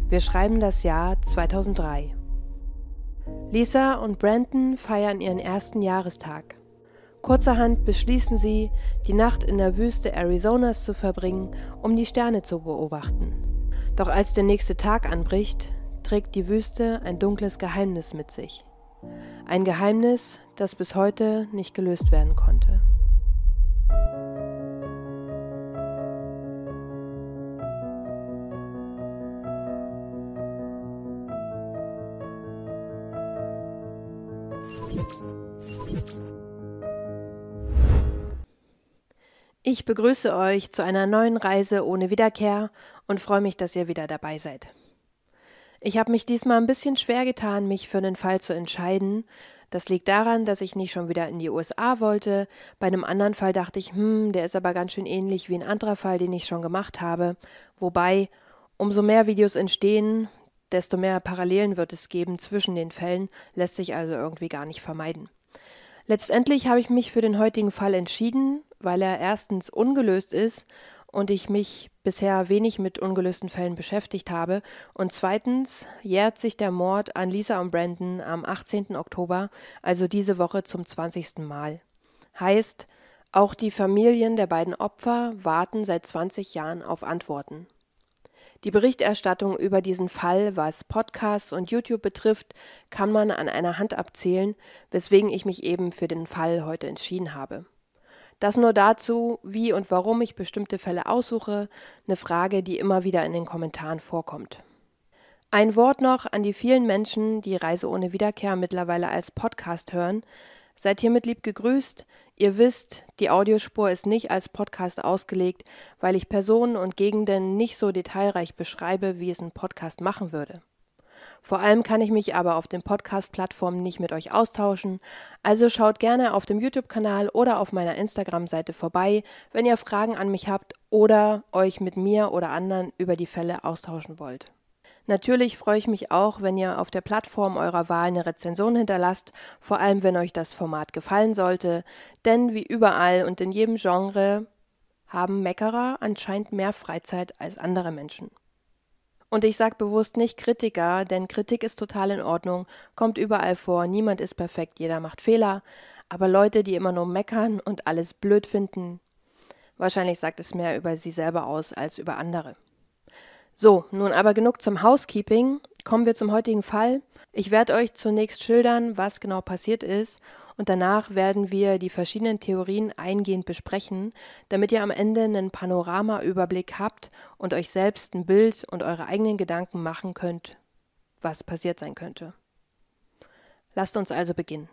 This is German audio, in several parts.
Wir schreiben das Jahr 2003. Lisa und Brandon feiern ihren ersten Jahrestag. Kurzerhand beschließen sie, die Nacht in der Wüste Arizonas zu verbringen, um die Sterne zu beobachten. Doch als der nächste Tag anbricht, trägt die Wüste ein dunkles Geheimnis mit sich. Ein Geheimnis, das bis heute nicht gelöst werden konnte. Ich begrüße euch zu einer neuen Reise ohne Wiederkehr und freue mich, dass ihr wieder dabei seid. Ich habe mich diesmal ein bisschen schwer getan, mich für einen Fall zu entscheiden. Das liegt daran, dass ich nicht schon wieder in die USA wollte. Bei einem anderen Fall dachte ich, der ist aber ganz schön ähnlich wie ein anderer Fall, den ich schon gemacht habe. Wobei, umso mehr Videos entstehen, desto mehr Parallelen wird es geben zwischen den Fällen, lässt sich also irgendwie gar nicht vermeiden. Letztendlich habe ich mich für den heutigen Fall entschieden, weil er erstens ungelöst ist und ich mich bisher wenig mit ungelösten Fällen beschäftigt habe und zweitens jährt sich der Mord an Lisa und Brandon am 18. Oktober, also diese Woche zum 20. Mal. Heißt, auch die Familien der beiden Opfer warten seit 20 Jahren auf Antworten. Die Berichterstattung über diesen Fall, was Podcasts und YouTube betrifft, kann man an einer Hand abzählen, weswegen ich mich eben für den Fall heute entschieden habe. Das nur dazu, wie und warum ich bestimmte Fälle aussuche, eine Frage, die immer wieder in den Kommentaren vorkommt. Ein Wort noch an die vielen Menschen, die Reise ohne Wiederkehr mittlerweile als Podcast hören. Seid hiermit lieb gegrüßt. Ihr wisst, die Audiospur ist nicht als Podcast ausgelegt, weil ich Personen und Gegenden nicht so detailreich beschreibe, wie es ein Podcast machen würde. Vor allem kann ich mich aber auf den Podcast-Plattformen nicht mit euch austauschen, also schaut gerne auf dem YouTube-Kanal oder auf meiner Instagram-Seite vorbei, wenn ihr Fragen an mich habt oder euch mit mir oder anderen über die Fälle austauschen wollt. Natürlich freue ich mich auch, wenn ihr auf der Plattform eurer Wahl eine Rezension hinterlasst, vor allem wenn euch das Format gefallen sollte, denn wie überall und in jedem Genre haben Meckerer anscheinend mehr Freizeit als andere Menschen. Und ich sage bewusst nicht Kritiker, denn Kritik ist total in Ordnung, kommt überall vor, niemand ist perfekt, jeder macht Fehler, aber Leute, die immer nur meckern und alles blöd finden, wahrscheinlich sagt es mehr über sie selber aus als über andere. So, nun aber genug zum Housekeeping. Kommen wir zum heutigen Fall. Ich werde euch zunächst schildern, was genau passiert ist und danach werden wir die verschiedenen Theorien eingehend besprechen, damit ihr am Ende einen Panoramaüberblick habt und euch selbst ein Bild und eure eigenen Gedanken machen könnt, was passiert sein könnte. Lasst uns also beginnen.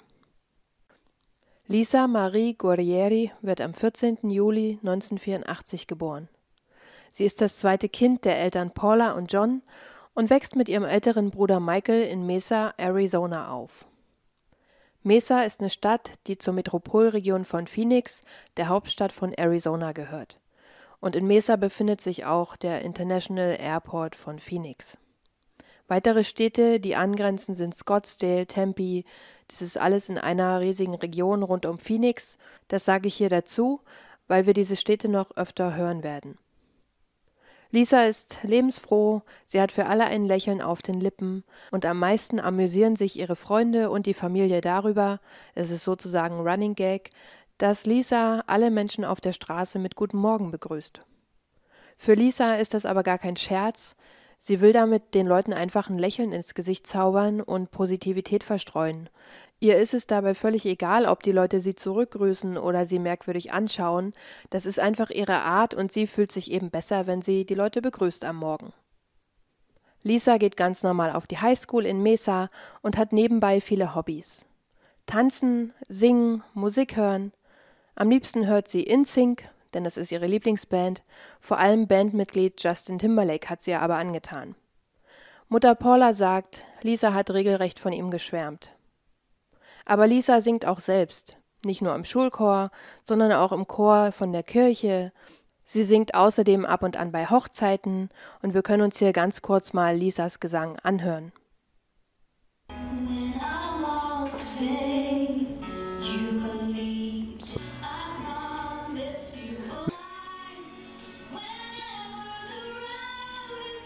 Lisa Marie Guerrieri wird am 14. Juli 1984 geboren. Sie ist das zweite Kind der Eltern Paula und John und wächst mit ihrem älteren Bruder Michael in Mesa, Arizona auf. Mesa ist eine Stadt, die zur Metropolregion von Phoenix, der Hauptstadt von Arizona, gehört. Und in Mesa befindet sich auch der International Airport von Phoenix. Weitere Städte, die angrenzen, sind Scottsdale, Tempe. Das ist alles in einer riesigen Region rund um Phoenix. Das sage ich hier dazu, weil wir diese Städte noch öfter hören werden. Lisa ist lebensfroh, sie hat für alle ein Lächeln auf den Lippen und am meisten amüsieren sich ihre Freunde und die Familie darüber, es ist sozusagen Running Gag, dass Lisa alle Menschen auf der Straße mit Guten Morgen begrüßt. Für Lisa ist das aber gar kein Scherz, sie will damit den Leuten einfach ein Lächeln ins Gesicht zaubern und Positivität verstreuen. Ihr ist es dabei völlig egal, ob die Leute sie zurückgrüßen oder sie merkwürdig anschauen. Das ist einfach ihre Art und sie fühlt sich eben besser, wenn sie die Leute begrüßt am Morgen. Lisa geht ganz normal auf die Highschool in Mesa und hat nebenbei viele Hobbys. Tanzen, singen, Musik hören. Am liebsten hört sie NSYNC, denn das ist ihre Lieblingsband. Vor allem Bandmitglied Justin Timberlake hat sie ihr aber angetan. Mutter Paula sagt, Lisa hat regelrecht von ihm geschwärmt. Aber Lisa singt auch selbst, nicht nur im Schulchor, sondern auch im Chor von der Kirche. Sie singt außerdem ab und an bei Hochzeiten und wir können uns hier ganz kurz mal Lisas Gesang anhören.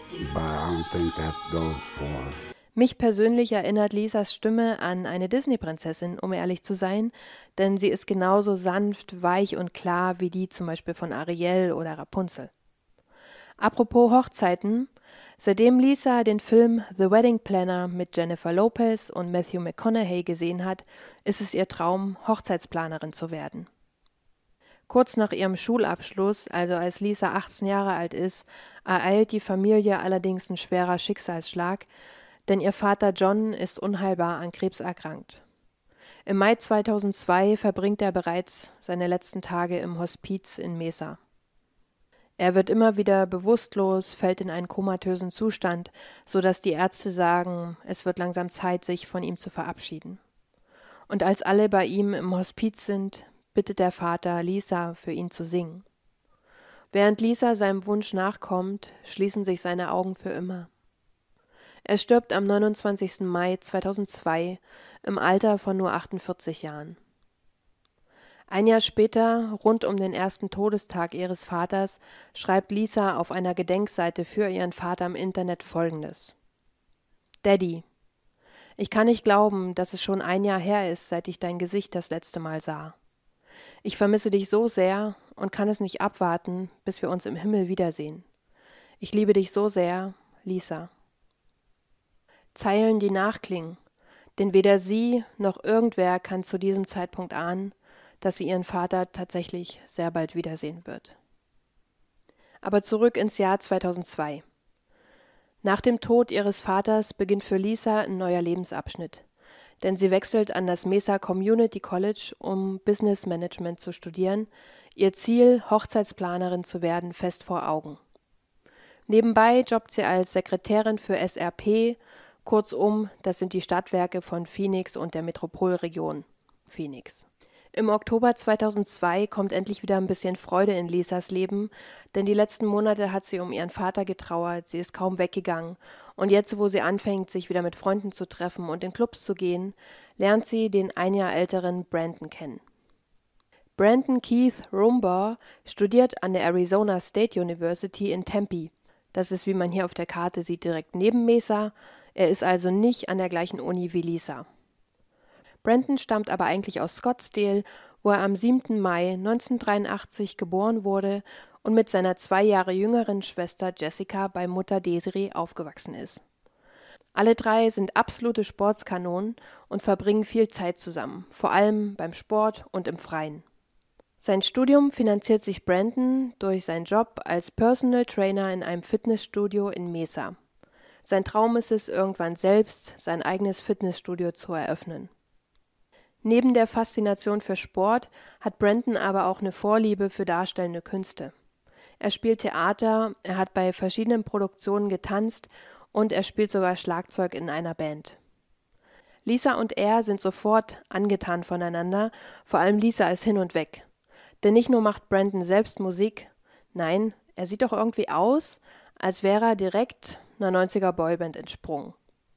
but I don't think that goes for. Mich persönlich erinnert Lisas Stimme an eine Disney-Prinzessin, um ehrlich zu sein, denn sie ist genauso sanft, weich und klar wie die zum Beispiel von Ariel oder Rapunzel. Apropos Hochzeiten, seitdem Lisa den Film The Wedding Planner mit Jennifer Lopez und Matthew McConaughey gesehen hat, ist es ihr Traum, Hochzeitsplanerin zu werden. Kurz nach ihrem Schulabschluss, also als Lisa 18 Jahre alt ist, ereilt die Familie allerdings ein schwerer Schicksalsschlag, denn ihr Vater John ist unheilbar an Krebs erkrankt. Im Mai 2002 verbringt er bereits seine letzten Tage im Hospiz in Mesa. Er wird immer wieder bewusstlos, fällt in einen komatösen Zustand, sodass die Ärzte sagen, es wird langsam Zeit, sich von ihm zu verabschieden. Und als alle bei ihm im Hospiz sind, bittet der Vater Lisa, für ihn zu singen. Während Lisa seinem Wunsch nachkommt, schließen sich seine Augen für immer. Er stirbt am 29. Mai 2002 im Alter von nur 48 Jahren. Ein Jahr später, rund um den ersten Todestag ihres Vaters, schreibt Lisa auf einer Gedenkseite für ihren Vater im Internet Folgendes: Daddy, ich kann nicht glauben, dass es schon ein Jahr her ist, seit ich dein Gesicht das letzte Mal sah. Ich vermisse dich so sehr und kann es nicht abwarten, bis wir uns im Himmel wiedersehen. Ich liebe dich so sehr, Lisa. Zeilen, die nachklingen, denn weder sie noch irgendwer kann zu diesem Zeitpunkt ahnen, dass sie ihren Vater tatsächlich sehr bald wiedersehen wird. Aber zurück ins Jahr 2002. Nach dem Tod ihres Vaters beginnt für Lisa ein neuer Lebensabschnitt, denn sie wechselt an das Mesa Community College, um Business Management zu studieren, ihr Ziel, Hochzeitsplanerin zu werden, fest vor Augen. Nebenbei jobbt sie als Sekretärin für SRP, kurzum, das sind die Stadtwerke von Phoenix und der Metropolregion Phoenix. Im Oktober 2002 kommt endlich wieder ein bisschen Freude in Lisas Leben, denn die letzten Monate hat sie um ihren Vater getrauert, sie ist kaum weggegangen. Und jetzt, wo sie anfängt, sich wieder mit Freunden zu treffen und in Clubs zu gehen, lernt sie den ein Jahr älteren Brandon kennen. Brandon Keith Rumbaugh studiert an der Arizona State University in Tempe. Das ist, wie man hier auf der Karte sieht, direkt neben Mesa. Er ist also nicht an der gleichen Uni wie Lisa. Brandon stammt aber eigentlich aus Scottsdale, wo er am 7. Mai 1983 geboren wurde und mit seiner 2 Jahre jüngeren Schwester Jessica bei Mutter Desiree aufgewachsen ist. Alle drei sind absolute Sportskanonen und verbringen viel Zeit zusammen, vor allem beim Sport und im Freien. Sein Studium finanziert sich Brandon durch seinen Job als Personal Trainer in einem Fitnessstudio in Mesa. Sein Traum ist es, irgendwann selbst sein eigenes Fitnessstudio zu eröffnen. Neben der Faszination für Sport hat Brandon aber auch eine Vorliebe für darstellende Künste. Er spielt Theater, er hat bei verschiedenen Produktionen getanzt und er spielt sogar Schlagzeug in einer Band. Lisa und er sind sofort angetan voneinander, vor allem Lisa ist hin und weg. Denn nicht nur macht Brandon selbst Musik, nein, er sieht doch irgendwie aus, als wäre er direkt einer 90er-Boyband entsprungen.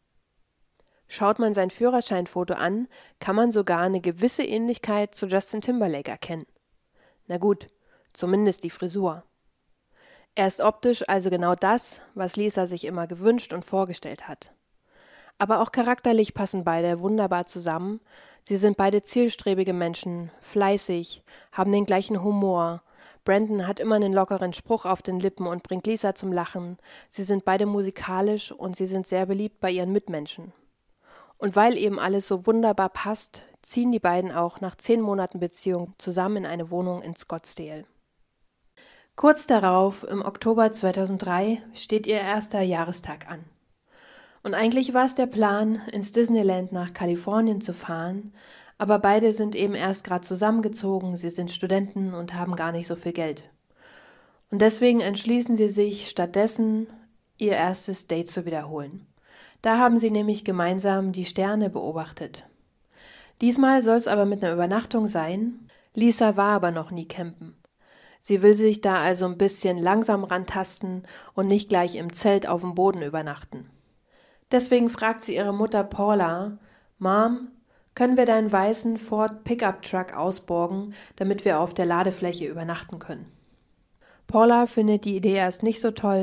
Schaut man sein Führerscheinfoto an, kann man sogar eine gewisse Ähnlichkeit zu Justin Timberlake erkennen. Na gut, zumindest die Frisur. Er ist optisch also genau das, was Lisa sich immer gewünscht und vorgestellt hat. Aber auch charakterlich passen beide wunderbar zusammen. Sie sind beide zielstrebige Menschen, fleißig, haben den gleichen Humor. Brandon hat immer einen lockeren Spruch auf den Lippen und bringt Lisa zum Lachen. Sie sind beide musikalisch und sie sind sehr beliebt bei ihren Mitmenschen. Und weil eben alles so wunderbar passt, ziehen die beiden auch nach 10 Monaten Beziehung zusammen in eine Wohnung in Scottsdale. Kurz darauf, im Oktober 2003, steht ihr erster Jahrestag an. Und eigentlich war es der Plan, ins Disneyland nach Kalifornien zu fahren, aber beide sind eben erst gerade zusammengezogen, sie sind Studenten und haben gar nicht so viel Geld. Und deswegen entschließen sie sich stattdessen, ihr erstes Date zu wiederholen. Da haben sie nämlich gemeinsam die Sterne beobachtet. Diesmal soll es aber mit einer Übernachtung sein. Lisa war aber noch nie campen. Sie will sich da also ein bisschen langsam rantasten und nicht gleich im Zelt auf dem Boden übernachten. Deswegen fragt sie ihre Mutter Paula: Mom, können wir deinen weißen Ford Pickup Truck ausborgen, damit wir auf der Ladefläche übernachten können? Paula findet die Idee erst nicht so toll,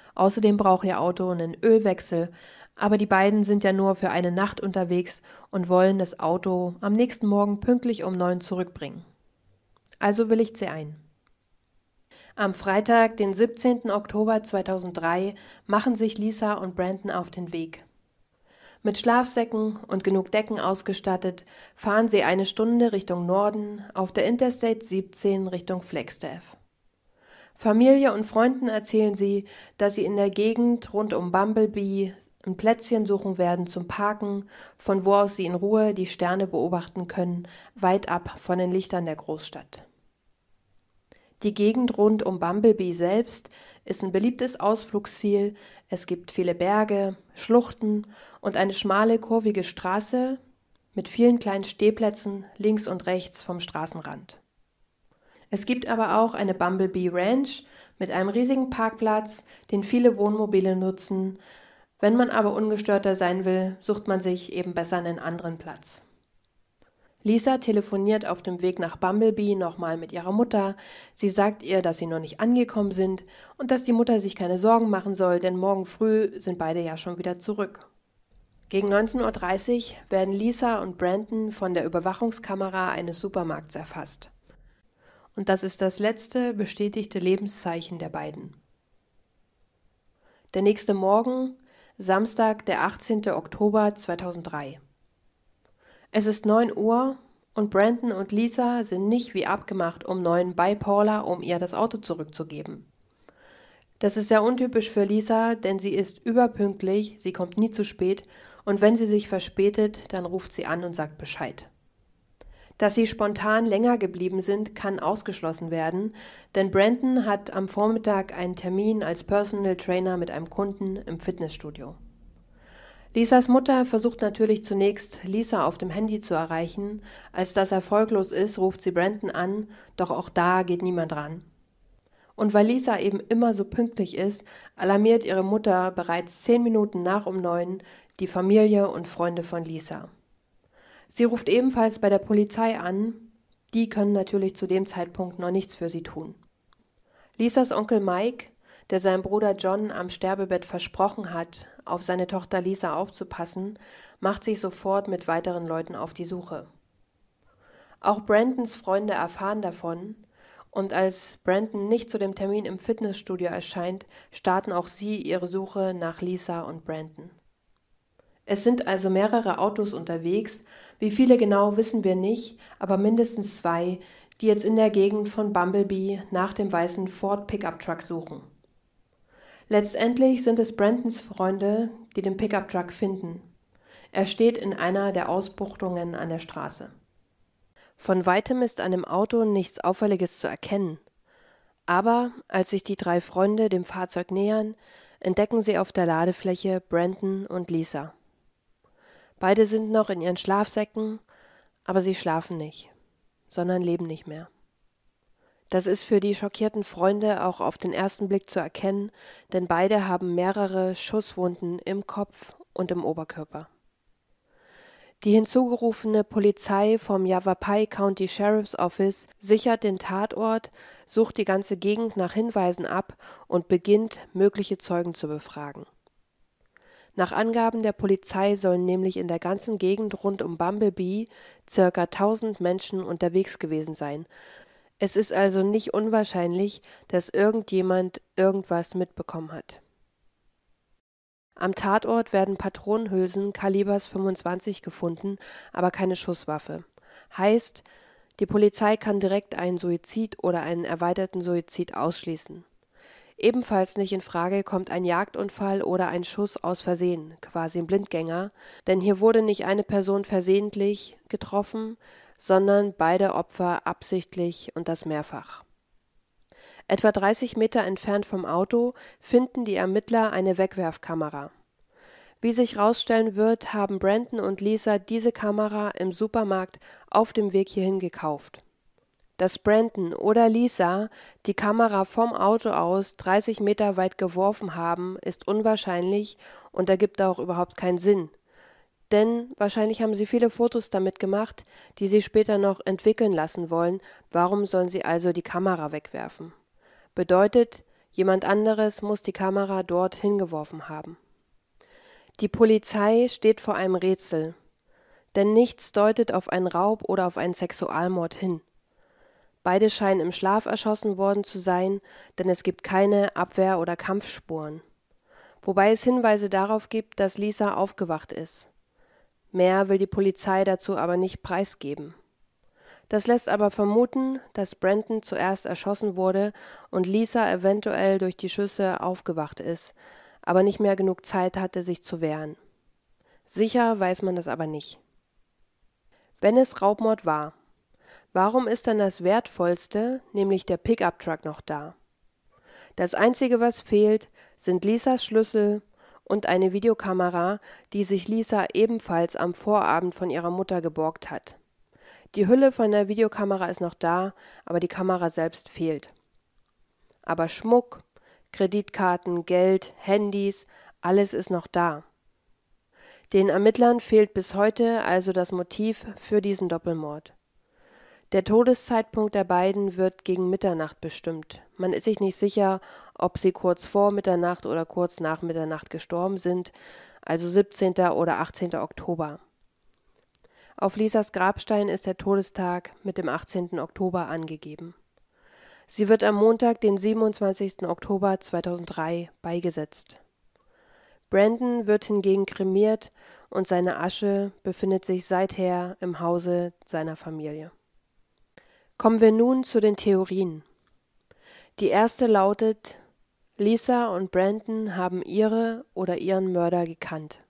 Außerdem braucht ihr Auto einen Ölwechsel, aber die beiden sind ja nur für eine Nacht unterwegs und wollen das Auto am nächsten Morgen pünktlich um 9 zurückbringen. Also willigt sie ein. Am Freitag, den 17. Oktober 2003, machen sich Lisa und Brandon auf den Weg. Mit Schlafsäcken und genug Decken ausgestattet, fahren sie eine Stunde Richtung Norden auf der Interstate 17 Richtung Flagstaff. Familie und Freunden erzählen sie, dass sie in der Gegend rund um Bumblebee ein Plätzchen suchen werden zum Parken, von wo aus sie in Ruhe die Sterne beobachten können, weit ab von den Lichtern der Großstadt. Die Gegend rund um Bumblebee selbst ist ein beliebtes Ausflugsziel. Es gibt viele Berge, Schluchten und eine schmale, kurvige Straße mit vielen kleinen Stehplätzen links und rechts vom Straßenrand. Es gibt aber auch eine Bumblebee Ranch mit einem riesigen Parkplatz, den viele Wohnmobile nutzen. Wenn man aber ungestörter sein will, sucht man sich eben besser einen anderen Platz. Lisa telefoniert auf dem Weg nach Bumblebee nochmal mit ihrer Mutter. Sie sagt ihr, dass sie noch nicht angekommen sind und dass die Mutter sich keine Sorgen machen soll, denn morgen früh sind beide ja schon wieder zurück. Gegen 19:30 Uhr werden Lisa und Brandon von der Überwachungskamera eines Supermarkts erfasst. Und das ist das letzte bestätigte Lebenszeichen der beiden. Der nächste Morgen, Samstag, der 18. Oktober 2003. Es ist 9 Uhr und Brandon und Lisa sind nicht wie abgemacht um 9 bei Paula, um ihr das Auto zurückzugeben. Das ist sehr untypisch für Lisa, denn sie ist überpünktlich, sie kommt nie zu spät und wenn sie sich verspätet, dann ruft sie an und sagt Bescheid. Dass sie spontan länger geblieben sind, kann ausgeschlossen werden, denn Brandon hat am Vormittag einen Termin als Personal Trainer mit einem Kunden im Fitnessstudio. Lisas Mutter versucht natürlich zunächst, Lisa auf dem Handy zu erreichen. Als das erfolglos ist, ruft sie Brandon an, doch auch da geht niemand ran. Und weil Lisa eben immer so pünktlich ist, alarmiert ihre Mutter bereits 10 Minuten nach um 9 die Familie und Freunde von Lisa. Sie ruft ebenfalls bei der Polizei an, die können natürlich zu dem Zeitpunkt noch nichts für sie tun. Lisas Onkel Mike, der seinem Bruder John am Sterbebett versprochen hat, auf seine Tochter Lisa aufzupassen, macht sich sofort mit weiteren Leuten auf die Suche. Auch Brandons Freunde erfahren davon, und als Brandon nicht zu dem Termin im Fitnessstudio erscheint, starten auch sie ihre Suche nach Lisa und Brandon. Es sind also mehrere Autos unterwegs, wie viele genau wissen wir nicht, aber mindestens 2, die jetzt in der Gegend von Bumblebee nach dem weißen Ford Pickup-Truck suchen. Letztendlich sind es Brandons Freunde, die den Pickup-Truck finden. Er steht in einer der Ausbuchtungen an der Straße. Von weitem ist an dem Auto nichts Auffälliges zu erkennen. Aber als sich die 3 Freunde dem Fahrzeug nähern, entdecken sie auf der Ladefläche Brandon und Lisa. Beide sind noch in ihren Schlafsäcken, aber sie schlafen nicht, sondern leben nicht mehr. Das ist für die schockierten Freunde auch auf den ersten Blick zu erkennen, denn beide haben mehrere Schusswunden im Kopf und im Oberkörper. Die hinzugerufene Polizei vom Yavapai County Sheriff's Office sichert den Tatort, sucht die ganze Gegend nach Hinweisen ab und beginnt, mögliche Zeugen zu befragen. Nach Angaben der Polizei sollen nämlich in der ganzen Gegend rund um Bumblebee ca. 1000 Menschen unterwegs gewesen sein. Es ist also nicht unwahrscheinlich, dass irgendjemand irgendwas mitbekommen hat. Am Tatort werden Patronenhülsen Kalibers 25 gefunden, aber keine Schusswaffe. Heißt, die Polizei kann direkt einen Suizid oder einen erweiterten Suizid ausschließen. Ebenfalls nicht in Frage kommt ein Jagdunfall oder ein Schuss aus Versehen, quasi ein Blindgänger, denn hier wurde nicht eine Person versehentlich getroffen, sondern beide Opfer absichtlich und das mehrfach. Etwa 30 Meter entfernt vom Auto finden die Ermittler eine Wegwerfkamera. Wie sich herausstellen wird, haben Brandon und Lisa diese Kamera im Supermarkt auf dem Weg hierhin gekauft. Dass Brandon oder Lisa die Kamera vom Auto aus 30 Meter weit geworfen haben, ist unwahrscheinlich und ergibt auch überhaupt keinen Sinn. Denn wahrscheinlich haben sie viele Fotos damit gemacht, die sie später noch entwickeln lassen wollen. Warum sollen sie also die Kamera wegwerfen? Bedeutet, Jemand anderes muss die Kamera dort hingeworfen haben. Die Polizei steht vor einem Rätsel, denn nichts deutet auf einen Raub oder auf einen Sexualmord hin. Beide scheinen im Schlaf erschossen worden zu sein, denn es gibt keine Abwehr- oder Kampfspuren. Wobei es Hinweise darauf gibt, dass Lisa aufgewacht ist. Mehr will die Polizei dazu aber nicht preisgeben. Das lässt aber vermuten, dass Brandon zuerst erschossen wurde und Lisa eventuell durch die Schüsse aufgewacht ist, aber nicht mehr genug Zeit hatte, sich zu wehren. Sicher weiß man das aber nicht. Wenn es Raubmord war, warum ist dann das Wertvollste, nämlich der Pickup-Truck, noch da? Das Einzige, was fehlt, sind Lisas Schlüssel und eine Videokamera, die sich Lisa ebenfalls am Vorabend von ihrer Mutter geborgt hat. Die Hülle von der Videokamera ist noch da, aber die Kamera selbst fehlt. Aber Schmuck, Kreditkarten, Geld, Handys, alles ist noch da. Den Ermittlern fehlt bis heute also das Motiv für diesen Doppelmord. Der Todeszeitpunkt der beiden wird gegen Mitternacht bestimmt. Man ist sich nicht sicher, ob sie kurz vor Mitternacht oder kurz nach Mitternacht gestorben sind, also 17. oder 18. Oktober. Auf Lisas Grabstein ist der Todestag mit dem 18. Oktober angegeben. Sie wird am Montag, den 27. Oktober 2003, beigesetzt. Brandon wird hingegen kremiert und seine Asche befindet sich seither im Hause seiner Familie. Kommen wir nun zu den Theorien. Die erste lautet, Lisa und Brandon haben ihre oder ihren Mörder gekannt.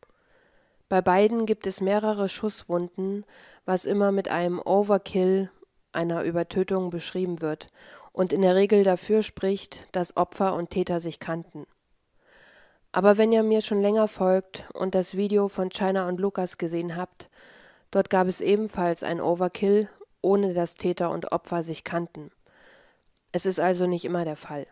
Bei beiden gibt es mehrere Schusswunden, was immer mit einem Overkill, einer Übertötung, beschrieben wird und in der Regel dafür spricht, dass Opfer und Täter sich kannten. Aber wenn ihr mir schon länger folgt und das Video von China und Lukas gesehen habt, dort gab es ebenfalls ein Overkill, ohne dass Täter und Opfer sich kannten. Es ist also nicht immer der Fall.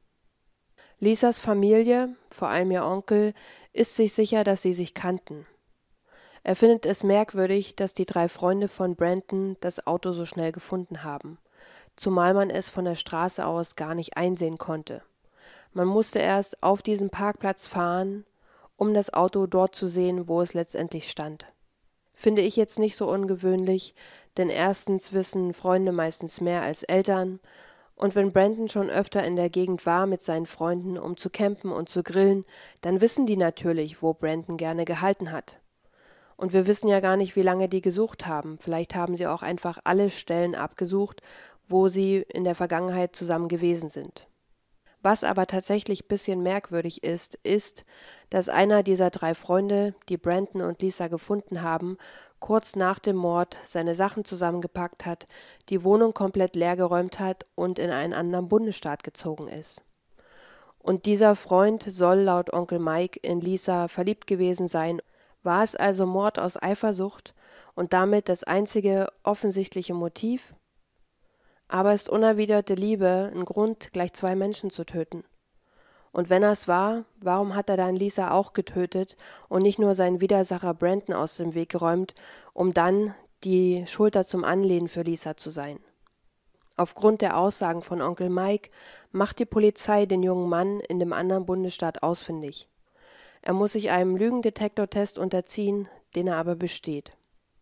Lisas Familie, vor allem ihr Onkel, ist sich sicher, dass sie sich kannten. Er findet es merkwürdig, dass die 3 Freunde von Brandon das Auto so schnell gefunden haben, zumal man es von der Straße aus gar nicht einsehen konnte. Man musste erst auf diesen Parkplatz fahren, um das Auto dort zu sehen, wo es letztendlich stand. Finde ich jetzt nicht so ungewöhnlich, denn erstens wissen Freunde meistens mehr als Eltern, und wenn Brandon schon öfter in der Gegend war mit seinen Freunden, um zu campen und zu grillen, dann wissen die natürlich, wo Brandon gerne gehalten hat. Und wir wissen ja gar nicht, wie lange die gesucht haben. Vielleicht haben sie auch einfach alle Stellen abgesucht, wo sie in der Vergangenheit zusammen gewesen sind. Was aber tatsächlich ein bisschen merkwürdig ist, dass einer dieser 3 Freunde, die Brandon und Lisa gefunden haben, kurz nach dem Mord seine Sachen zusammengepackt hat, die Wohnung komplett leergeräumt hat und in einen anderen Bundesstaat gezogen ist. Und dieser Freund soll laut Onkel Mike in Lisa verliebt gewesen sein. War es also Mord aus Eifersucht und damit das einzige offensichtliche Motiv? Aber ist unerwiderte Liebe ein Grund, gleich 2 Menschen zu töten? Und wenn er es war, warum hat er dann Lisa auch getötet und nicht nur seinen Widersacher Brandon aus dem Weg geräumt, um dann die Schulter zum Anlehnen für Lisa zu sein? Aufgrund der Aussagen von Onkel Mike macht die Polizei den jungen Mann in dem anderen Bundesstaat ausfindig. Er muss sich einem Lügendetektortest unterziehen, den er aber besteht.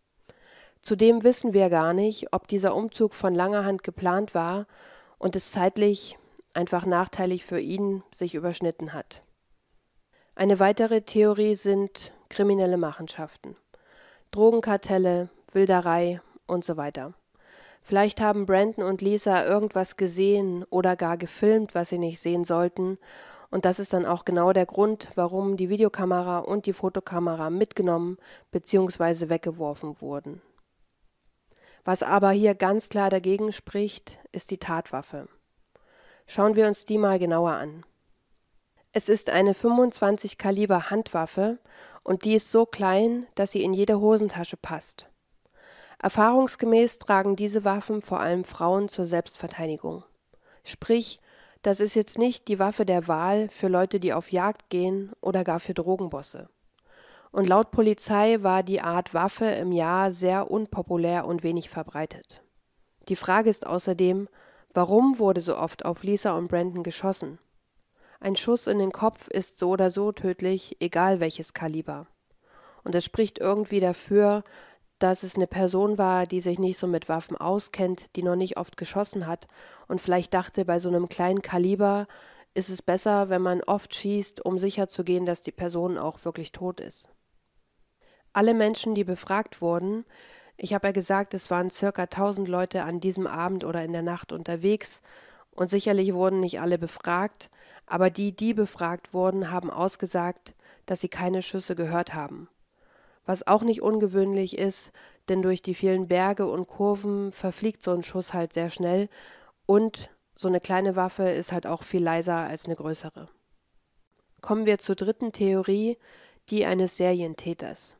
Zudem wissen wir gar nicht, ob dieser Umzug von langer Hand geplant war und es zeitlich einfach nachteilig für ihn sich überschnitten hat. Eine weitere Theorie sind kriminelle Machenschaften. Drogenkartelle, Wilderei und so weiter. Vielleicht haben Brandon und Lisa irgendwas gesehen oder gar gefilmt, was sie nicht sehen sollten, und das ist dann auch genau der Grund, warum die Videokamera und die Fotokamera mitgenommen bzw. weggeworfen wurden. Was aber hier ganz klar dagegen spricht, ist die Tatwaffe. Schauen wir uns die mal genauer an. Es ist eine 25 Kaliber Handwaffe und die ist so klein, dass sie in jede Hosentasche passt. Erfahrungsgemäß tragen diese Waffen vor allem Frauen zur Selbstverteidigung. Sprich, das ist jetzt nicht die Waffe der Wahl für Leute, die auf Jagd gehen oder gar für Drogenbosse. Und laut Polizei war die Art Waffe im Jahr sehr unpopulär und wenig verbreitet. Die Frage ist außerdem, warum wurde so oft auf Lisa und Brandon geschossen? Ein Schuss in den Kopf ist so oder so tödlich, egal welches Kaliber. Und es spricht irgendwie dafür, dass es eine Person war, die sich nicht so mit Waffen auskennt, die noch nicht oft geschossen hat und vielleicht dachte, bei so einem kleinen Kaliber ist es besser, wenn man oft schießt, um sicherzugehen, dass die Person auch wirklich tot ist. Alle Menschen, die befragt wurden, ich habe ja gesagt, es waren circa 1000 Leute an diesem Abend oder in der Nacht unterwegs und sicherlich wurden nicht alle befragt, aber die befragt wurden, haben ausgesagt, dass sie keine Schüsse gehört haben. Was auch nicht ungewöhnlich ist, denn durch die vielen Berge und Kurven verfliegt so ein Schuss halt sehr schnell und so eine kleine Waffe ist halt auch viel leiser als eine größere. Kommen wir zur dritten Theorie, die eines Serientäters.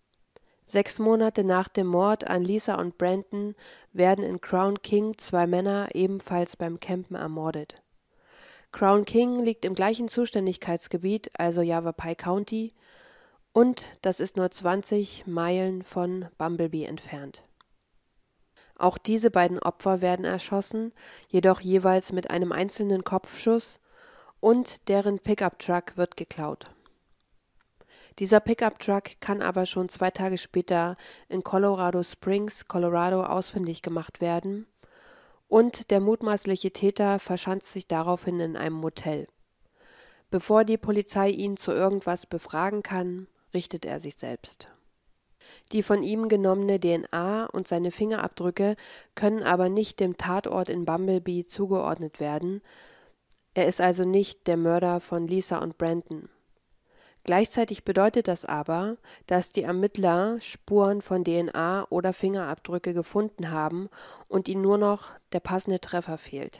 6 Monate nach dem Mord an Lisa und Brandon werden in Crown King 2 Männer ebenfalls beim Campen ermordet. Crown King liegt im gleichen Zuständigkeitsgebiet, also Yavapai County, und das ist nur 20 Meilen von Bumblebee entfernt. Auch diese beiden Opfer werden erschossen, jedoch jeweils mit einem einzelnen Kopfschuss, und deren Pickup-Truck wird geklaut. Dieser Pickup-Truck kann aber schon 2 Tage später in Colorado Springs, Colorado, ausfindig gemacht werden, und der mutmaßliche Täter verschanzt sich daraufhin in einem Motel. Bevor die Polizei ihn zu irgendwas befragen kann, richtet er sich selbst. Die von ihm genommene DNA und seine Fingerabdrücke können aber nicht dem Tatort in Bumblebee zugeordnet werden. Er ist also nicht der Mörder von Lisa und Brandon. Gleichzeitig bedeutet das aber, dass die Ermittler Spuren von DNA oder Fingerabdrücke gefunden haben und ihnen nur noch der passende Treffer fehlt.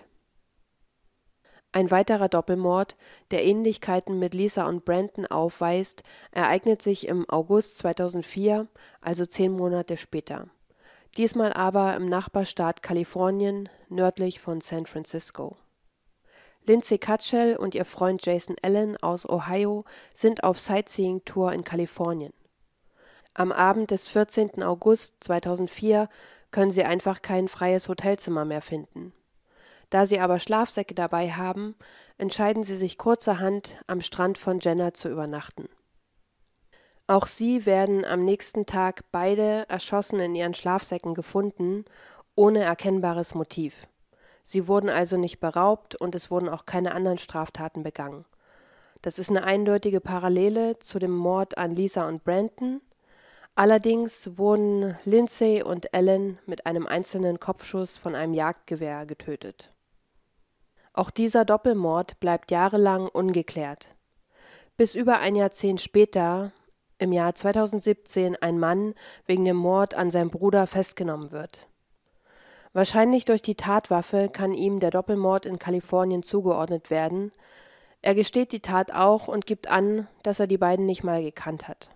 Ein weiterer Doppelmord, der Ähnlichkeiten mit Lisa und Brandon aufweist, ereignet sich im August 2004, also 10 Monate später. Diesmal aber im Nachbarstaat Kalifornien, nördlich von San Francisco. Lindsay Cutshell und ihr Freund Jason Allen aus Ohio sind auf Sightseeing-Tour in Kalifornien. Am Abend des 14. August 2004 können sie einfach kein freies Hotelzimmer mehr finden. Da sie aber Schlafsäcke dabei haben, entscheiden sie sich kurzerhand, am Strand von Jenner zu übernachten. Auch sie werden am nächsten Tag beide erschossen in ihren Schlafsäcken gefunden, ohne erkennbares Motiv. Sie wurden also nicht beraubt und es wurden auch keine anderen Straftaten begangen. Das ist eine eindeutige Parallele zu dem Mord an Lisa und Brandon. Allerdings wurden Lindsay und Allen mit einem einzelnen Kopfschuss von einem Jagdgewehr getötet. Auch dieser Doppelmord bleibt jahrelang ungeklärt. Bis über ein Jahrzehnt später, im Jahr 2017, ein Mann wegen dem Mord an seinem Bruder festgenommen wird. Wahrscheinlich durch die Tatwaffe kann ihm der Doppelmord in Kalifornien zugeordnet werden. Er gesteht die Tat auch und gibt an, dass er die beiden nicht mal gekannt hat.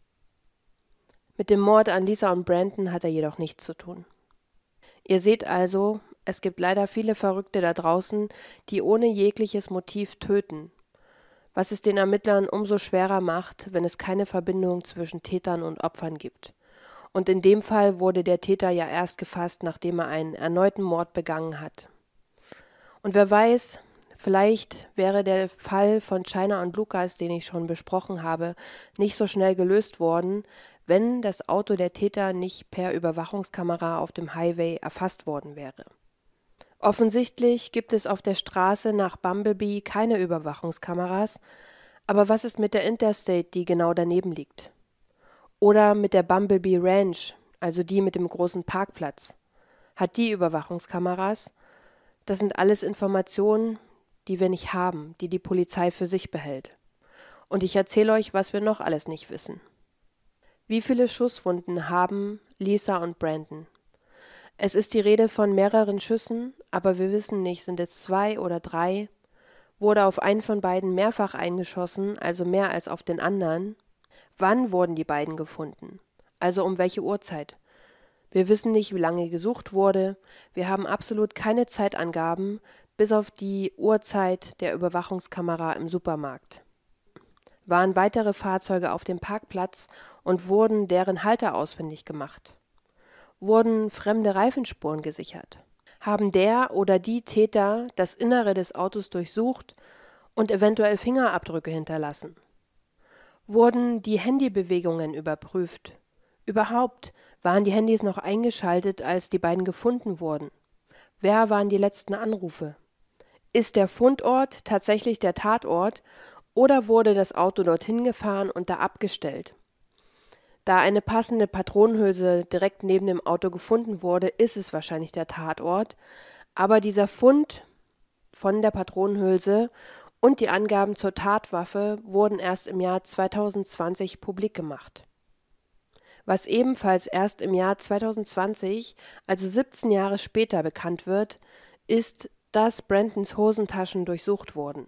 Mit dem Mord an Lisa und Brandon hat er jedoch nichts zu tun. Ihr seht also, es gibt leider viele Verrückte da draußen, die ohne jegliches Motiv töten, was es den Ermittlern umso schwerer macht, wenn es keine Verbindung zwischen Tätern und Opfern gibt. Und in dem Fall wurde der Täter ja erst gefasst, nachdem er einen erneuten Mord begangen hat. Und wer weiß, vielleicht wäre der Fall von Chynna und Lucas, den ich schon besprochen habe, nicht so schnell gelöst worden, wenn das Auto der Täter nicht per Überwachungskamera auf dem Highway erfasst worden wäre. Offensichtlich gibt es auf der Straße nach Bumblebee keine Überwachungskameras, aber was ist mit der Interstate, die genau daneben liegt? Oder mit der Bumblebee Ranch, also die mit dem großen Parkplatz? Hat die Überwachungskameras? Das sind alles Informationen, die wir nicht haben, die die Polizei für sich behält. Und ich erzähle euch, was wir noch alles nicht wissen. Wie viele Schusswunden haben Lisa und Brandon? Es ist die Rede von mehreren Schüssen, aber wir wissen nicht, sind es 2 oder 3? Wurde auf einen von beiden mehrfach eingeschossen, also mehr als auf den anderen? Wann wurden die beiden gefunden? Also um welche Uhrzeit? Wir wissen nicht, wie lange gesucht wurde. Wir haben absolut keine Zeitangaben, bis auf die Uhrzeit der Überwachungskamera im Supermarkt. Waren weitere Fahrzeuge auf dem Parkplatz und wurden deren Halter ausfindig gemacht? Wurden fremde Reifenspuren gesichert? Haben der oder die Täter das Innere des Autos durchsucht und eventuell Fingerabdrücke hinterlassen? Wurden die Handybewegungen überprüft? Überhaupt, waren die Handys noch eingeschaltet, als die beiden gefunden wurden? Wer waren die letzten Anrufe? Ist der Fundort tatsächlich der Tatort oder wurde das Auto dorthin gefahren und da abgestellt? Da eine passende Patronenhülse direkt neben dem Auto gefunden wurde, ist es wahrscheinlich der Tatort, aber dieser Fund von der Patronenhülse und die Angaben zur Tatwaffe wurden erst im Jahr 2020 publik gemacht. Was ebenfalls erst im Jahr 2020, also 17 Jahre später, bekannt wird, ist, dass Brandons Hosentaschen durchsucht wurden.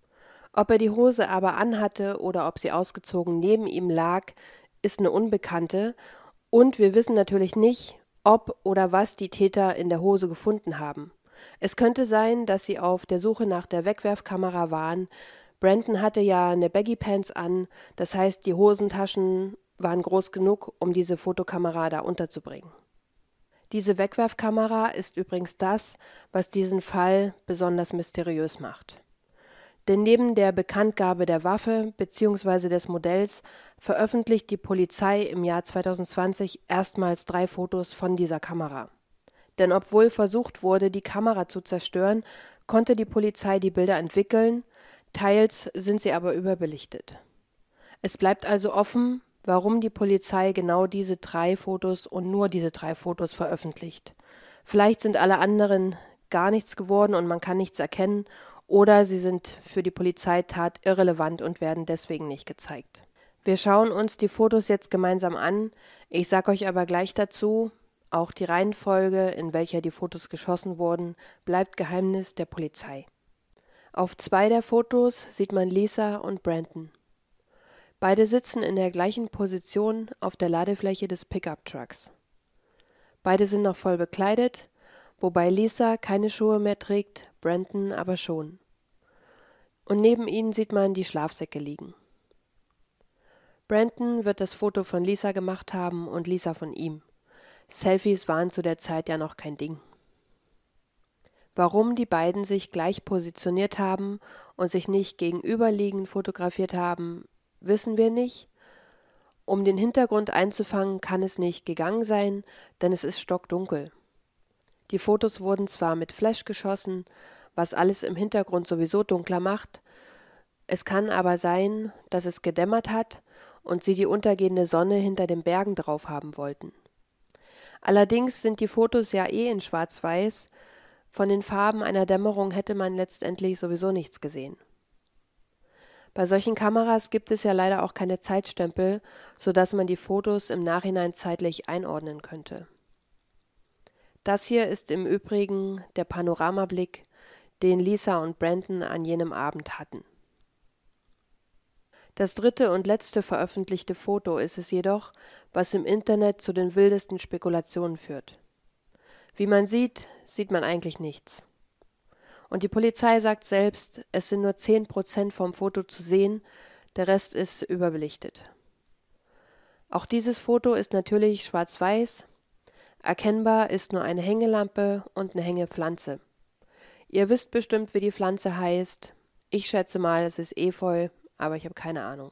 Ob er die Hose aber anhatte oder ob sie ausgezogen neben ihm lag, ist eine Unbekannte, und wir wissen natürlich nicht, ob oder was die Täter in der Hose gefunden haben. Es könnte sein, dass sie auf der Suche nach der Wegwerfkamera waren. Brandon hatte ja eine Baggy Pants an, das heißt, die Hosentaschen waren groß genug, um diese Fotokamera da unterzubringen. Diese Wegwerfkamera ist übrigens das, was diesen Fall besonders mysteriös macht. Denn neben der Bekanntgabe der Waffe bzw. des Modells veröffentlicht die Polizei im Jahr 2020 erstmals 3 Fotos von dieser Kamera. Denn obwohl versucht wurde, die Kamera zu zerstören, konnte die Polizei die Bilder entwickeln, teils sind sie aber überbelichtet. Es bleibt also offen, warum die Polizei genau diese 3 Fotos und nur diese 3 Fotos veröffentlicht. Vielleicht sind alle anderen gar nichts geworden und man kann nichts erkennen, oder sie sind für die Polizeitat irrelevant und werden deswegen nicht gezeigt. Wir schauen uns die Fotos jetzt gemeinsam an. Ich sage euch aber gleich dazu, auch die Reihenfolge, in welcher die Fotos geschossen wurden, bleibt Geheimnis der Polizei. Auf 2 der Fotos sieht man Lisa und Brandon. Beide sitzen in der gleichen Position auf der Ladefläche des Pickup-Trucks. Beide sind noch voll bekleidet, wobei Lisa keine Schuhe mehr trägt, Brandon aber schon. Und neben ihnen sieht man die Schlafsäcke liegen. Brandon wird das Foto von Lisa gemacht haben und Lisa von ihm. Selfies waren zu der Zeit ja noch kein Ding. Warum die beiden sich gleich positioniert haben und sich nicht gegenüberliegend fotografiert haben, wissen wir nicht. Um den Hintergrund einzufangen, kann es nicht gegangen sein, denn es ist stockdunkel. Die Fotos wurden zwar mit Flash geschossen, was alles im Hintergrund sowieso dunkler macht, es kann aber sein, dass es gedämmert hat und sie die untergehende Sonne hinter den Bergen drauf haben wollten. Allerdings sind die Fotos ja in schwarz-weiß, von den Farben einer Dämmerung hätte man letztendlich sowieso nichts gesehen. Bei solchen Kameras gibt es ja leider auch keine Zeitstempel, sodass man die Fotos im Nachhinein zeitlich einordnen könnte. Das hier ist im Übrigen der Panoramablick, den Lisa und Brandon an jenem Abend hatten. Das 3. und letzte veröffentlichte Foto ist es jedoch, was im Internet zu den wildesten Spekulationen führt. Wie man sieht man eigentlich nichts. Und die Polizei sagt selbst, es sind nur 10% vom Foto zu sehen, der Rest ist überbelichtet. Auch dieses Foto ist natürlich schwarz-weiß, erkennbar ist nur eine Hängelampe und eine Hängepflanze. Ihr wisst bestimmt, wie die Pflanze heißt. Ich schätze mal, es ist Efeu, aber ich habe keine Ahnung.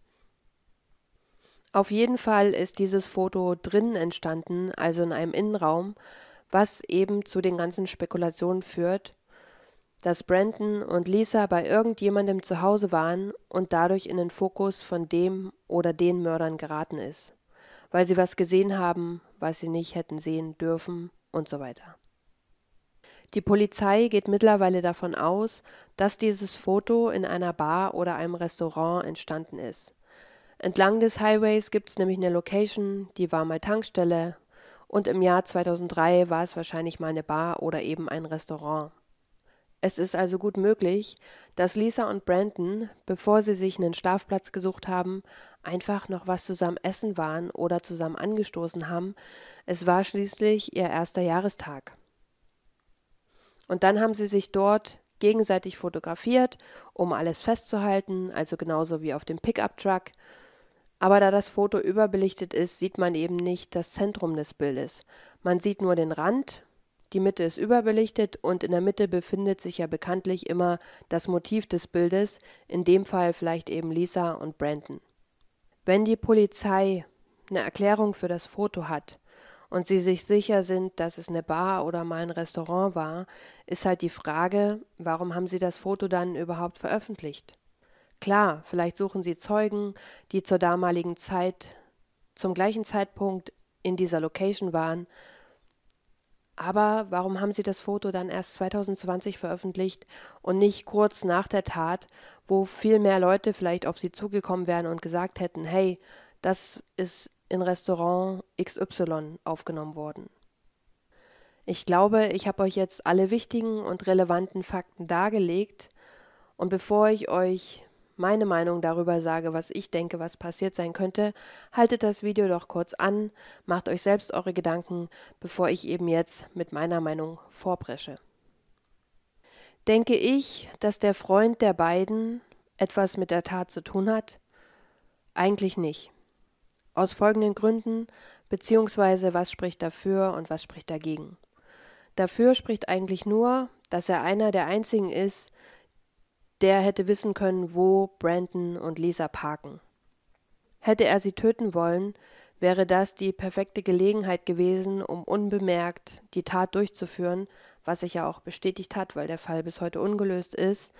Auf jeden Fall ist dieses Foto drinnen entstanden, also in einem Innenraum, was eben zu den ganzen Spekulationen führt, dass Brandon und Lisa bei irgendjemandem zu Hause waren und dadurch in den Fokus von dem oder den Mördern geraten ist, weil sie was gesehen haben, was sie nicht hätten sehen dürfen und so weiter. Die Polizei geht mittlerweile davon aus, dass dieses Foto in einer Bar oder einem Restaurant entstanden ist. Entlang des Highways gibt es nämlich eine Location, die war mal Tankstelle, und im Jahr 2003 war es wahrscheinlich mal eine Bar oder eben ein Restaurant. Es ist also gut möglich, dass Lisa und Brandon, bevor sie sich einen Schlafplatz gesucht haben, einfach noch was zusammen essen waren oder zusammen angestoßen haben. Es war schließlich ihr 1. Jahrestag. Und dann haben sie sich dort gegenseitig fotografiert, um alles festzuhalten, also genauso wie auf dem Pickup-Truck. Aber da das Foto überbelichtet ist, sieht man eben nicht das Zentrum des Bildes. Man sieht nur den Rand, die Mitte ist überbelichtet und in der Mitte befindet sich ja bekanntlich immer das Motiv des Bildes, in dem Fall vielleicht eben Lisa und Brandon. Wenn die Polizei eine Erklärung für das Foto hat und sie sich sicher sind, dass es eine Bar oder mal ein Restaurant war, ist halt die Frage, warum haben sie das Foto dann überhaupt veröffentlicht? Klar, vielleicht suchen sie Zeugen, die zur damaligen Zeit, zum gleichen Zeitpunkt in dieser Location waren, aber warum haben sie das Foto dann erst 2020 veröffentlicht und nicht kurz nach der Tat, wo viel mehr Leute vielleicht auf sie zugekommen wären und gesagt hätten, hey, das ist in Restaurant XY aufgenommen worden. Ich glaube, ich habe euch jetzt alle wichtigen und relevanten Fakten dargelegt und bevor ich euch meine Meinung darüber sage, was ich denke, was passiert sein könnte, haltet das Video doch kurz an, macht euch selbst eure Gedanken, bevor ich eben jetzt mit meiner Meinung vorpresche. Denke ich, dass der Freund der beiden etwas mit der Tat zu tun hat? Eigentlich nicht. Aus folgenden Gründen, beziehungsweise was spricht dafür und was spricht dagegen. Dafür spricht eigentlich nur, dass er einer der einzigen ist, der hätte wissen können, wo Brandon und Lisa parken. Hätte er sie töten wollen, wäre das die perfekte Gelegenheit gewesen, um unbemerkt die Tat durchzuführen, was sich ja auch bestätigt hat, weil der Fall bis heute ungelöst ist.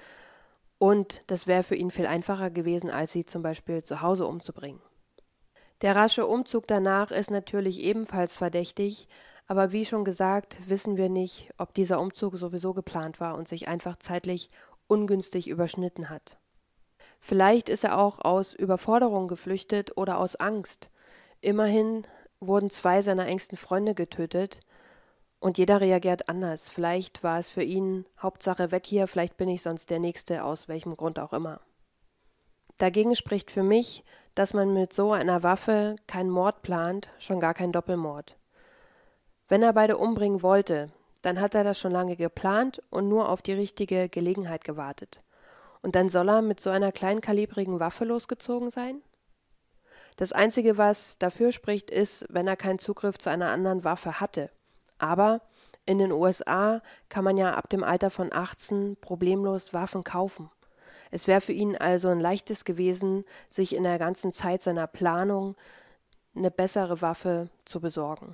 Und das wäre für ihn viel einfacher gewesen, als sie zum Beispiel zu Hause umzubringen. Der rasche Umzug danach ist natürlich ebenfalls verdächtig, aber wie schon gesagt, wissen wir nicht, ob dieser Umzug sowieso geplant war und sich einfach zeitlich ungünstig überschnitten hat. Vielleicht ist er auch aus Überforderung geflüchtet oder aus Angst. Immerhin wurden 2 seiner engsten Freunde getötet und jeder reagiert anders. Vielleicht war es für ihn Hauptsache weg hier, vielleicht bin ich sonst der Nächste, aus welchem Grund auch immer. Dagegen spricht für mich, dass man mit so einer Waffe keinen Mord plant, schon gar keinen Doppelmord. Wenn er beide umbringen wollte, dann hat er das schon lange geplant und nur auf die richtige Gelegenheit gewartet. Und dann soll er mit so einer kleinkalibrigen Waffe losgezogen sein? Das Einzige, was dafür spricht, ist, wenn er keinen Zugriff zu einer anderen Waffe hatte. Aber in den USA kann man ja ab dem Alter von 18 problemlos Waffen kaufen. Es wäre für ihn also ein leichtes gewesen, sich in der ganzen Zeit seiner Planung eine bessere Waffe zu besorgen.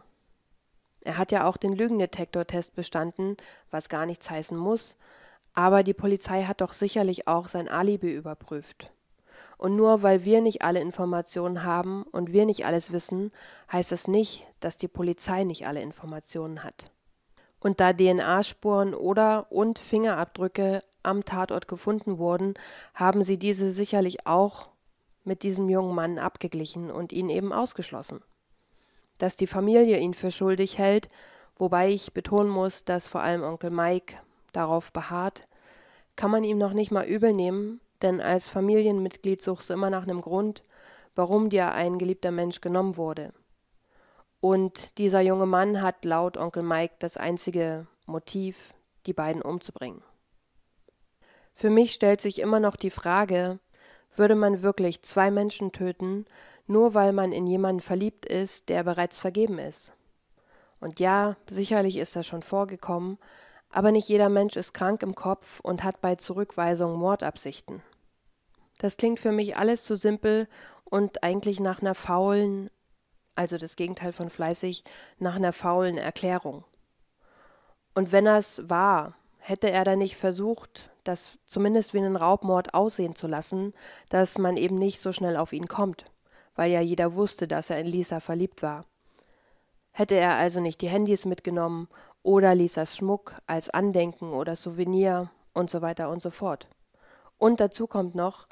Er hat ja auch den Lügendetektortest bestanden, was gar nichts heißen muss, aber die Polizei hat doch sicherlich auch sein Alibi überprüft. Und nur weil wir nicht alle Informationen haben und wir nicht alles wissen, heißt das nicht, dass die Polizei nicht alle Informationen hat. Und da DNA-Spuren und Fingerabdrücke am Tatort gefunden wurden, haben sie diese sicherlich auch mit diesem jungen Mann abgeglichen und ihn eben ausgeschlossen. Dass die Familie ihn für schuldig hält, wobei ich betonen muss, dass vor allem Onkel Mike darauf beharrt, kann man ihm noch nicht mal übel nehmen, denn als Familienmitglied suchst du immer nach einem Grund, warum dir ein geliebter Mensch genommen wurde. Und dieser junge Mann hat laut Onkel Mike das einzige Motiv, die beiden umzubringen. Für mich stellt sich immer noch die Frage, würde man wirklich 2 Menschen töten, nur weil man in jemanden verliebt ist, der bereits vergeben ist? Und ja, sicherlich ist das schon vorgekommen, aber nicht jeder Mensch ist krank im Kopf und hat bei Zurückweisung Mordabsichten. Das klingt für mich alles zu simpel und eigentlich nach einer faulen, also das Gegenteil von fleißig, nach einer faulen Erklärung. Und wenn das war, hätte er dann nicht versucht, das zumindest wie einen Raubmord aussehen zu lassen, dass man eben nicht so schnell auf ihn kommt, weil ja jeder wusste, dass er in Lisa verliebt war. Hätte er also nicht die Handys mitgenommen oder Lisas Schmuck als Andenken oder Souvenir und so weiter und so fort. Und dazu kommt noch,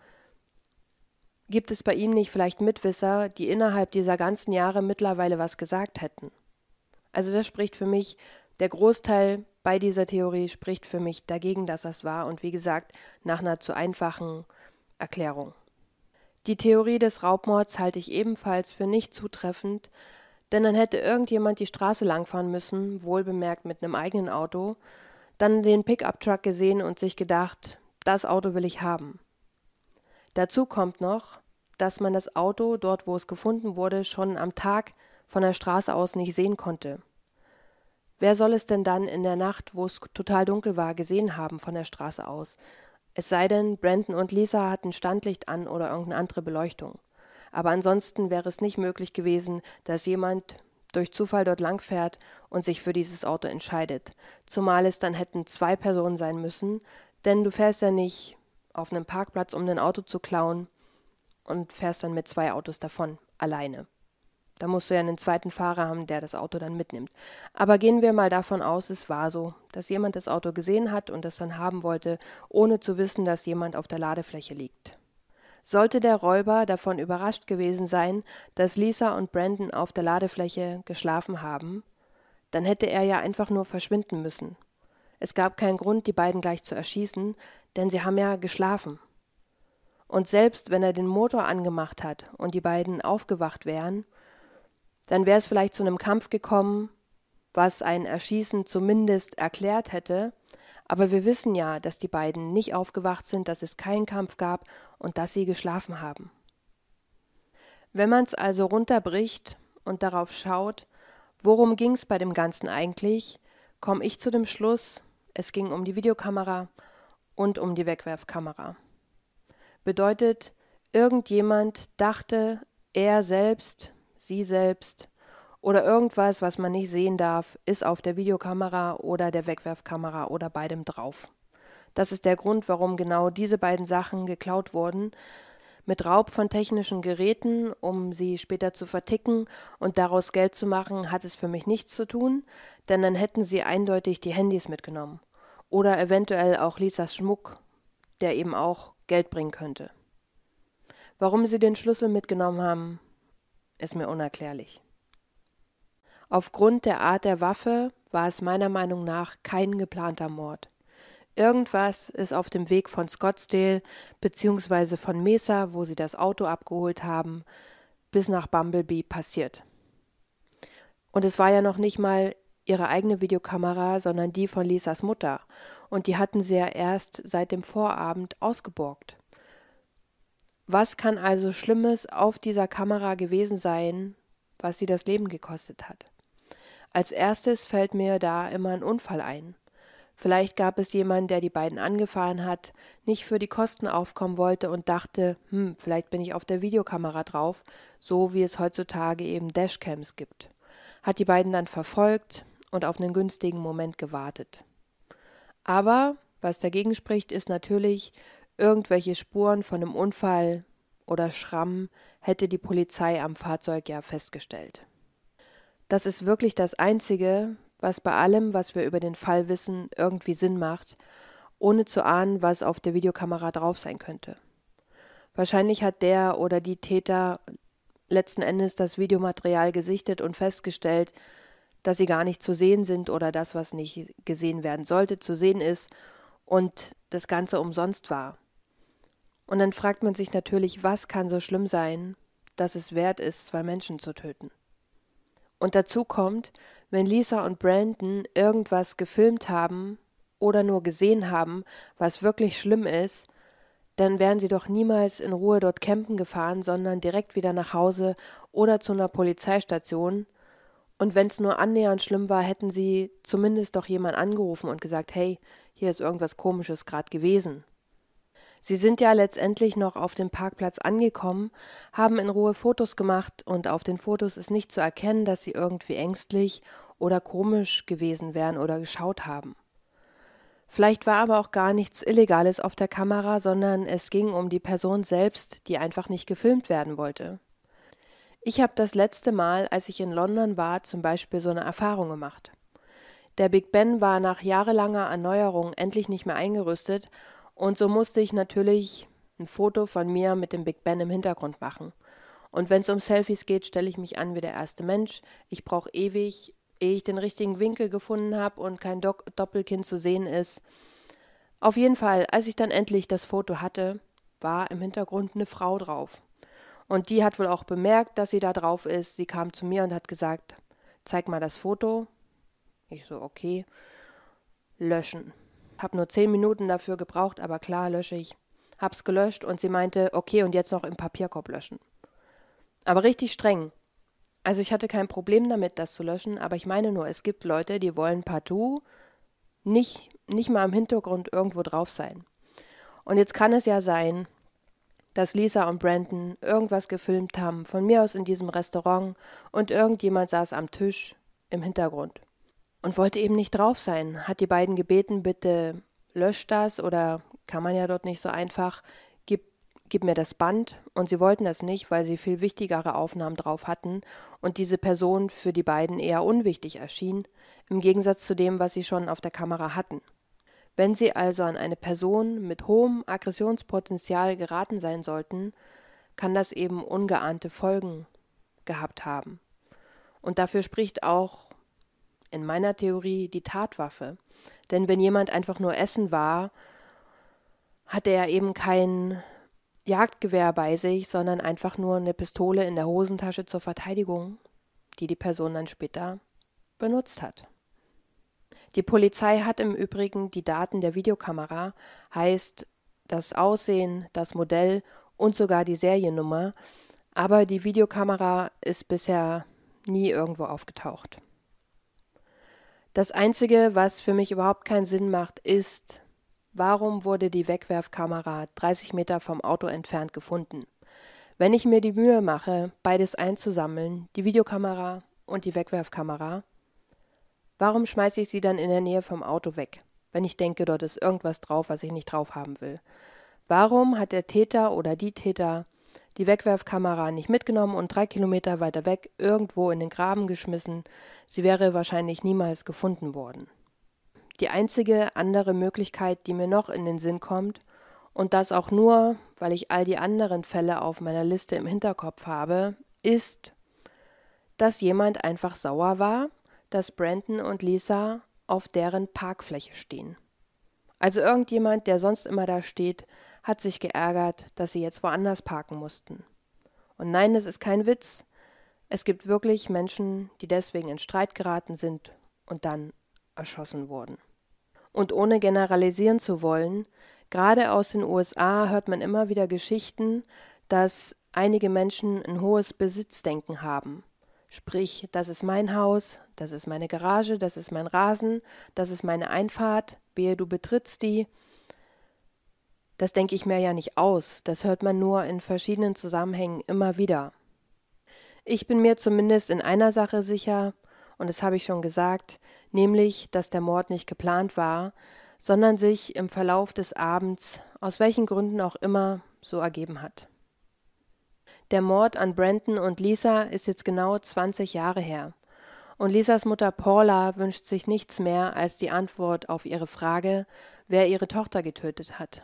gibt es bei ihm nicht vielleicht Mitwisser, die innerhalb dieser ganzen Jahre mittlerweile was gesagt hätten? Also das spricht für mich, der Großteil bei dieser Theorie spricht für mich dagegen, dass das war und wie gesagt, nach einer zu einfachen Erklärung. Die Theorie des Raubmords halte ich ebenfalls für nicht zutreffend, denn dann hätte irgendjemand die Straße langfahren müssen, wohlbemerkt mit einem eigenen Auto, dann den Pickup-Truck gesehen und sich gedacht, das Auto will ich haben. Dazu kommt noch, dass man das Auto dort, wo es gefunden wurde, schon am Tag von der Straße aus nicht sehen konnte. Wer soll es denn dann in der Nacht, wo es total dunkel war, gesehen haben von der Straße aus? Es sei denn, Brandon und Lisa hatten Standlicht an oder irgendeine andere Beleuchtung. Aber ansonsten wäre es nicht möglich gewesen, dass jemand durch Zufall dort langfährt und sich für dieses Auto entscheidet. Zumal es dann hätten 2 Personen sein müssen, denn du fährst ja nicht auf einem Parkplatz, um ein Auto zu klauen und fährst dann mit 2 Autos davon, alleine. Da musst du ja einen zweiten Fahrer haben, der das Auto dann mitnimmt. Aber gehen wir mal davon aus, es war so, dass jemand das Auto gesehen hat und es dann haben wollte, ohne zu wissen, dass jemand auf der Ladefläche liegt. Sollte der Räuber davon überrascht gewesen sein, dass Lisa und Brandon auf der Ladefläche geschlafen haben, dann hätte er ja einfach nur verschwinden müssen. Es gab keinen Grund, die beiden gleich zu erschießen, denn sie haben ja geschlafen. Und selbst wenn er den Motor angemacht hat und die beiden aufgewacht wären, dann wäre es vielleicht zu einem Kampf gekommen, was ein Erschießen zumindest erklärt hätte, aber wir wissen ja, dass die beiden nicht aufgewacht sind, dass es keinen Kampf gab und dass sie geschlafen haben. Wenn man es also runterbricht und darauf schaut, worum ging es bei dem Ganzen eigentlich, komme ich zu dem Schluss, es ging um die Videokamera und um die Wegwerfkamera. Bedeutet, irgendjemand dachte, er selbst, sie selbst oder irgendwas, was man nicht sehen darf, ist auf der Videokamera oder der Wegwerfkamera oder beidem drauf. Das ist der Grund, warum genau diese beiden Sachen geklaut wurden, mit Raub von technischen Geräten, um sie später zu verticken und daraus Geld zu machen, hat es für mich nichts zu tun, denn dann hätten sie eindeutig die Handys mitgenommen. Oder eventuell auch Lisas Schmuck, der eben auch Geld bringen könnte. Warum sie den Schlüssel mitgenommen haben, ist mir unerklärlich. Aufgrund der Art der Waffe war es meiner Meinung nach kein geplanter Mord. Irgendwas ist auf dem Weg von Scottsdale bzw. von Mesa, wo sie das Auto abgeholt haben, bis nach Bumblebee passiert. Und es war ja noch nicht mal ihre eigene Videokamera, sondern die von Lisas Mutter. Und die hatten sie ja erst seit dem Vorabend ausgeborgt. Was kann also Schlimmes auf dieser Kamera gewesen sein, was sie das Leben gekostet hat? Als erstes fällt mir da immer ein Unfall ein. Vielleicht gab es jemanden, der die beiden angefahren hat, nicht für die Kosten aufkommen wollte und dachte, vielleicht bin ich auf der Videokamera drauf, so wie es heutzutage eben Dashcams gibt. Hat die beiden dann verfolgt und auf einen günstigen Moment gewartet. Aber was dagegen spricht, ist natürlich, irgendwelche Spuren von einem Unfall oder Schramm hätte die Polizei am Fahrzeug ja festgestellt. Das ist wirklich das Einzige, was bei allem, was wir über den Fall wissen, irgendwie Sinn macht, ohne zu ahnen, was auf der Videokamera drauf sein könnte. Wahrscheinlich hat der oder die Täter letzten Endes das Videomaterial gesichtet und festgestellt, dass sie gar nicht zu sehen sind oder das, was nicht gesehen werden sollte, zu sehen ist und das Ganze umsonst war. Und dann fragt man sich natürlich, was kann so schlimm sein, dass es wert ist, 2 Menschen zu töten. Und dazu kommt, wenn Lisa und Brandon irgendwas gefilmt haben oder nur gesehen haben, was wirklich schlimm ist, dann wären sie doch niemals in Ruhe dort campen gefahren, sondern direkt wieder nach Hause oder zu einer Polizeistation. Und wenn es nur annähernd schlimm war, hätten sie zumindest doch jemand angerufen und gesagt, hey, hier ist irgendwas Komisches gerade gewesen. Sie sind ja letztendlich noch auf dem Parkplatz angekommen, haben in Ruhe Fotos gemacht und auf den Fotos ist nicht zu erkennen, dass sie irgendwie ängstlich oder komisch gewesen wären oder geschaut haben. Vielleicht war aber auch gar nichts Illegales auf der Kamera, sondern es ging um die Person selbst, die einfach nicht gefilmt werden wollte. Ich habe das letzte Mal, als ich in London war, zum Beispiel so eine Erfahrung gemacht. Der Big Ben war nach jahrelanger Erneuerung endlich nicht mehr eingerüstet und so musste ich natürlich ein Foto von mir mit dem Big Ben im Hintergrund machen. Und wenn es um Selfies geht, stelle ich mich an wie der erste Mensch. Ich brauche ewig, ehe ich den richtigen Winkel gefunden habe und kein Doppelkinn zu sehen ist. Auf jeden Fall, als ich dann endlich das Foto hatte, war im Hintergrund eine Frau drauf. Und die hat wohl auch bemerkt, dass sie da drauf ist. Sie kam zu mir und hat gesagt, zeig mal das Foto. Ich so, okay, löschen. Hab nur 10 Minuten dafür gebraucht, aber klar, lösche ich. Hab's gelöscht und sie meinte, okay, und jetzt noch im Papierkorb löschen. Aber richtig streng. Also ich hatte kein Problem damit, das zu löschen, aber ich meine nur, es gibt Leute, die wollen partout nicht mal im Hintergrund irgendwo drauf sein. Und jetzt kann es ja sein, dass Lisa und Brandon irgendwas gefilmt haben, von mir aus in diesem Restaurant, und irgendjemand saß am Tisch im Hintergrund und wollte eben nicht drauf sein, hat die beiden gebeten, bitte löscht das, oder kann man ja dort nicht so einfach, gib mir das Band, und sie wollten das nicht, weil sie viel wichtigere Aufnahmen drauf hatten und diese Person für die beiden eher unwichtig erschien, im Gegensatz zu dem, was sie schon auf der Kamera hatten. Wenn sie also an eine Person mit hohem Aggressionspotenzial geraten sein sollten, kann das eben ungeahnte Folgen gehabt haben. Und dafür spricht auch in meiner Theorie die Tatwaffe. Denn wenn jemand einfach nur essen war, hatte er eben kein Jagdgewehr bei sich, sondern einfach nur eine Pistole in der Hosentasche zur Verteidigung, die die Person dann später benutzt hat. Die Polizei hat im Übrigen die Daten der Videokamera, heißt das Aussehen, das Modell und sogar die Seriennummer, aber die Videokamera ist bisher nie irgendwo aufgetaucht. Das Einzige, was für mich überhaupt keinen Sinn macht, ist, warum wurde die Wegwerfkamera 30 Meter vom Auto entfernt gefunden? Wenn ich mir die Mühe mache, beides einzusammeln, die Videokamera und die Wegwerfkamera, warum schmeiße ich sie dann in der Nähe vom Auto weg, wenn ich denke, dort ist irgendwas drauf, was ich nicht drauf haben will? Warum hat der Täter oder die Täter die Wegwerfkamera nicht mitgenommen und 3 Kilometer weiter weg irgendwo in den Graben geschmissen? Sie wäre wahrscheinlich niemals gefunden worden. Die einzige andere Möglichkeit, die mir noch in den Sinn kommt, und das auch nur, weil ich all die anderen Fälle auf meiner Liste im Hinterkopf habe, ist, dass jemand einfach sauer war, dass Brandon und Lisa auf deren Parkfläche stehen. Also irgendjemand, der sonst immer da steht, hat sich geärgert, dass sie jetzt woanders parken mussten. Und nein, es ist kein Witz. Es gibt wirklich Menschen, die deswegen in Streit geraten sind und dann erschossen wurden. Und ohne generalisieren zu wollen, gerade aus den USA hört man immer wieder Geschichten, dass einige Menschen ein hohes Besitzdenken haben. Sprich, das ist mein Haus, das ist meine Garage, das ist mein Rasen, das ist meine Einfahrt, wehe du betrittst die. Das denke ich mir ja nicht aus, das hört man nur in verschiedenen Zusammenhängen immer wieder. Ich bin mir zumindest in einer Sache sicher, und das habe ich schon gesagt, nämlich, dass der Mord nicht geplant war, sondern sich im Verlauf des Abends, aus welchen Gründen auch immer, so ergeben hat. Der Mord an Brandon und Lisa ist jetzt genau 20 Jahre her. Und Lisas Mutter Paula wünscht sich nichts mehr als die Antwort auf ihre Frage, wer ihre Tochter getötet hat.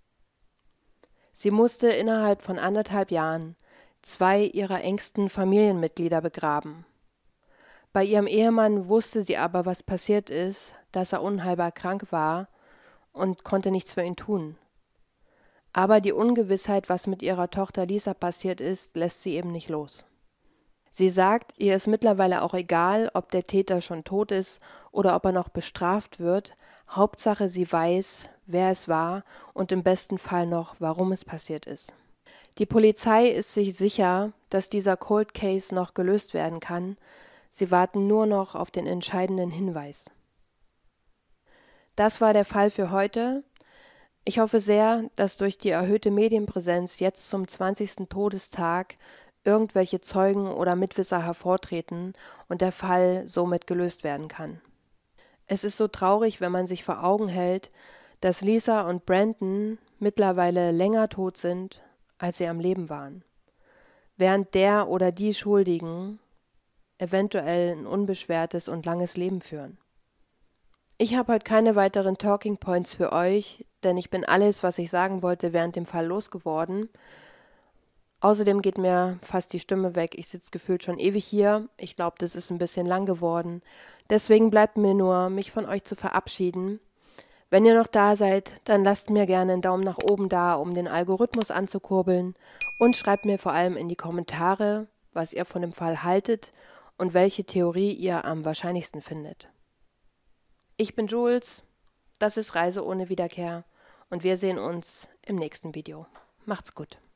Sie musste innerhalb von 1,5 Jahren 2 ihrer engsten Familienmitglieder begraben. Bei ihrem Ehemann wusste sie aber, was passiert ist, dass er unheilbar krank war und konnte nichts für ihn tun. Aber die Ungewissheit, was mit ihrer Tochter Lisa passiert ist, lässt sie eben nicht los. Sie sagt, ihr ist mittlerweile auch egal, ob der Täter schon tot ist oder ob er noch bestraft wird. Hauptsache, sie weiß, wer es war und im besten Fall noch, warum es passiert ist. Die Polizei ist sich sicher, dass dieser Cold Case noch gelöst werden kann. Sie warten nur noch auf den entscheidenden Hinweis. Das war der Fall für heute. Ich hoffe sehr, dass durch die erhöhte Medienpräsenz jetzt zum 20. Todestag irgendwelche Zeugen oder Mitwisser hervortreten und der Fall somit gelöst werden kann. Es ist so traurig, wenn man sich vor Augen hält, dass Lisa und Brandon mittlerweile länger tot sind, als sie am Leben waren, während der oder die Schuldigen eventuell ein unbeschwertes und langes Leben führen. Ich habe heute keine weiteren Talking Points für euch, denn ich bin alles, was ich sagen wollte, während dem Fall losgeworden. Außerdem geht mir fast die Stimme weg. Ich sitze gefühlt schon ewig hier. Ich glaube, das ist ein bisschen lang geworden. Deswegen bleibt mir nur, mich von euch zu verabschieden. Wenn ihr noch da seid, dann lasst mir gerne einen Daumen nach oben da, um den Algorithmus anzukurbeln. Und schreibt mir vor allem in die Kommentare, was ihr von dem Fall haltet und welche Theorie ihr am wahrscheinlichsten findet. Ich bin Jules, das ist Reise ohne Wiederkehr und wir sehen uns im nächsten Video. Macht's gut.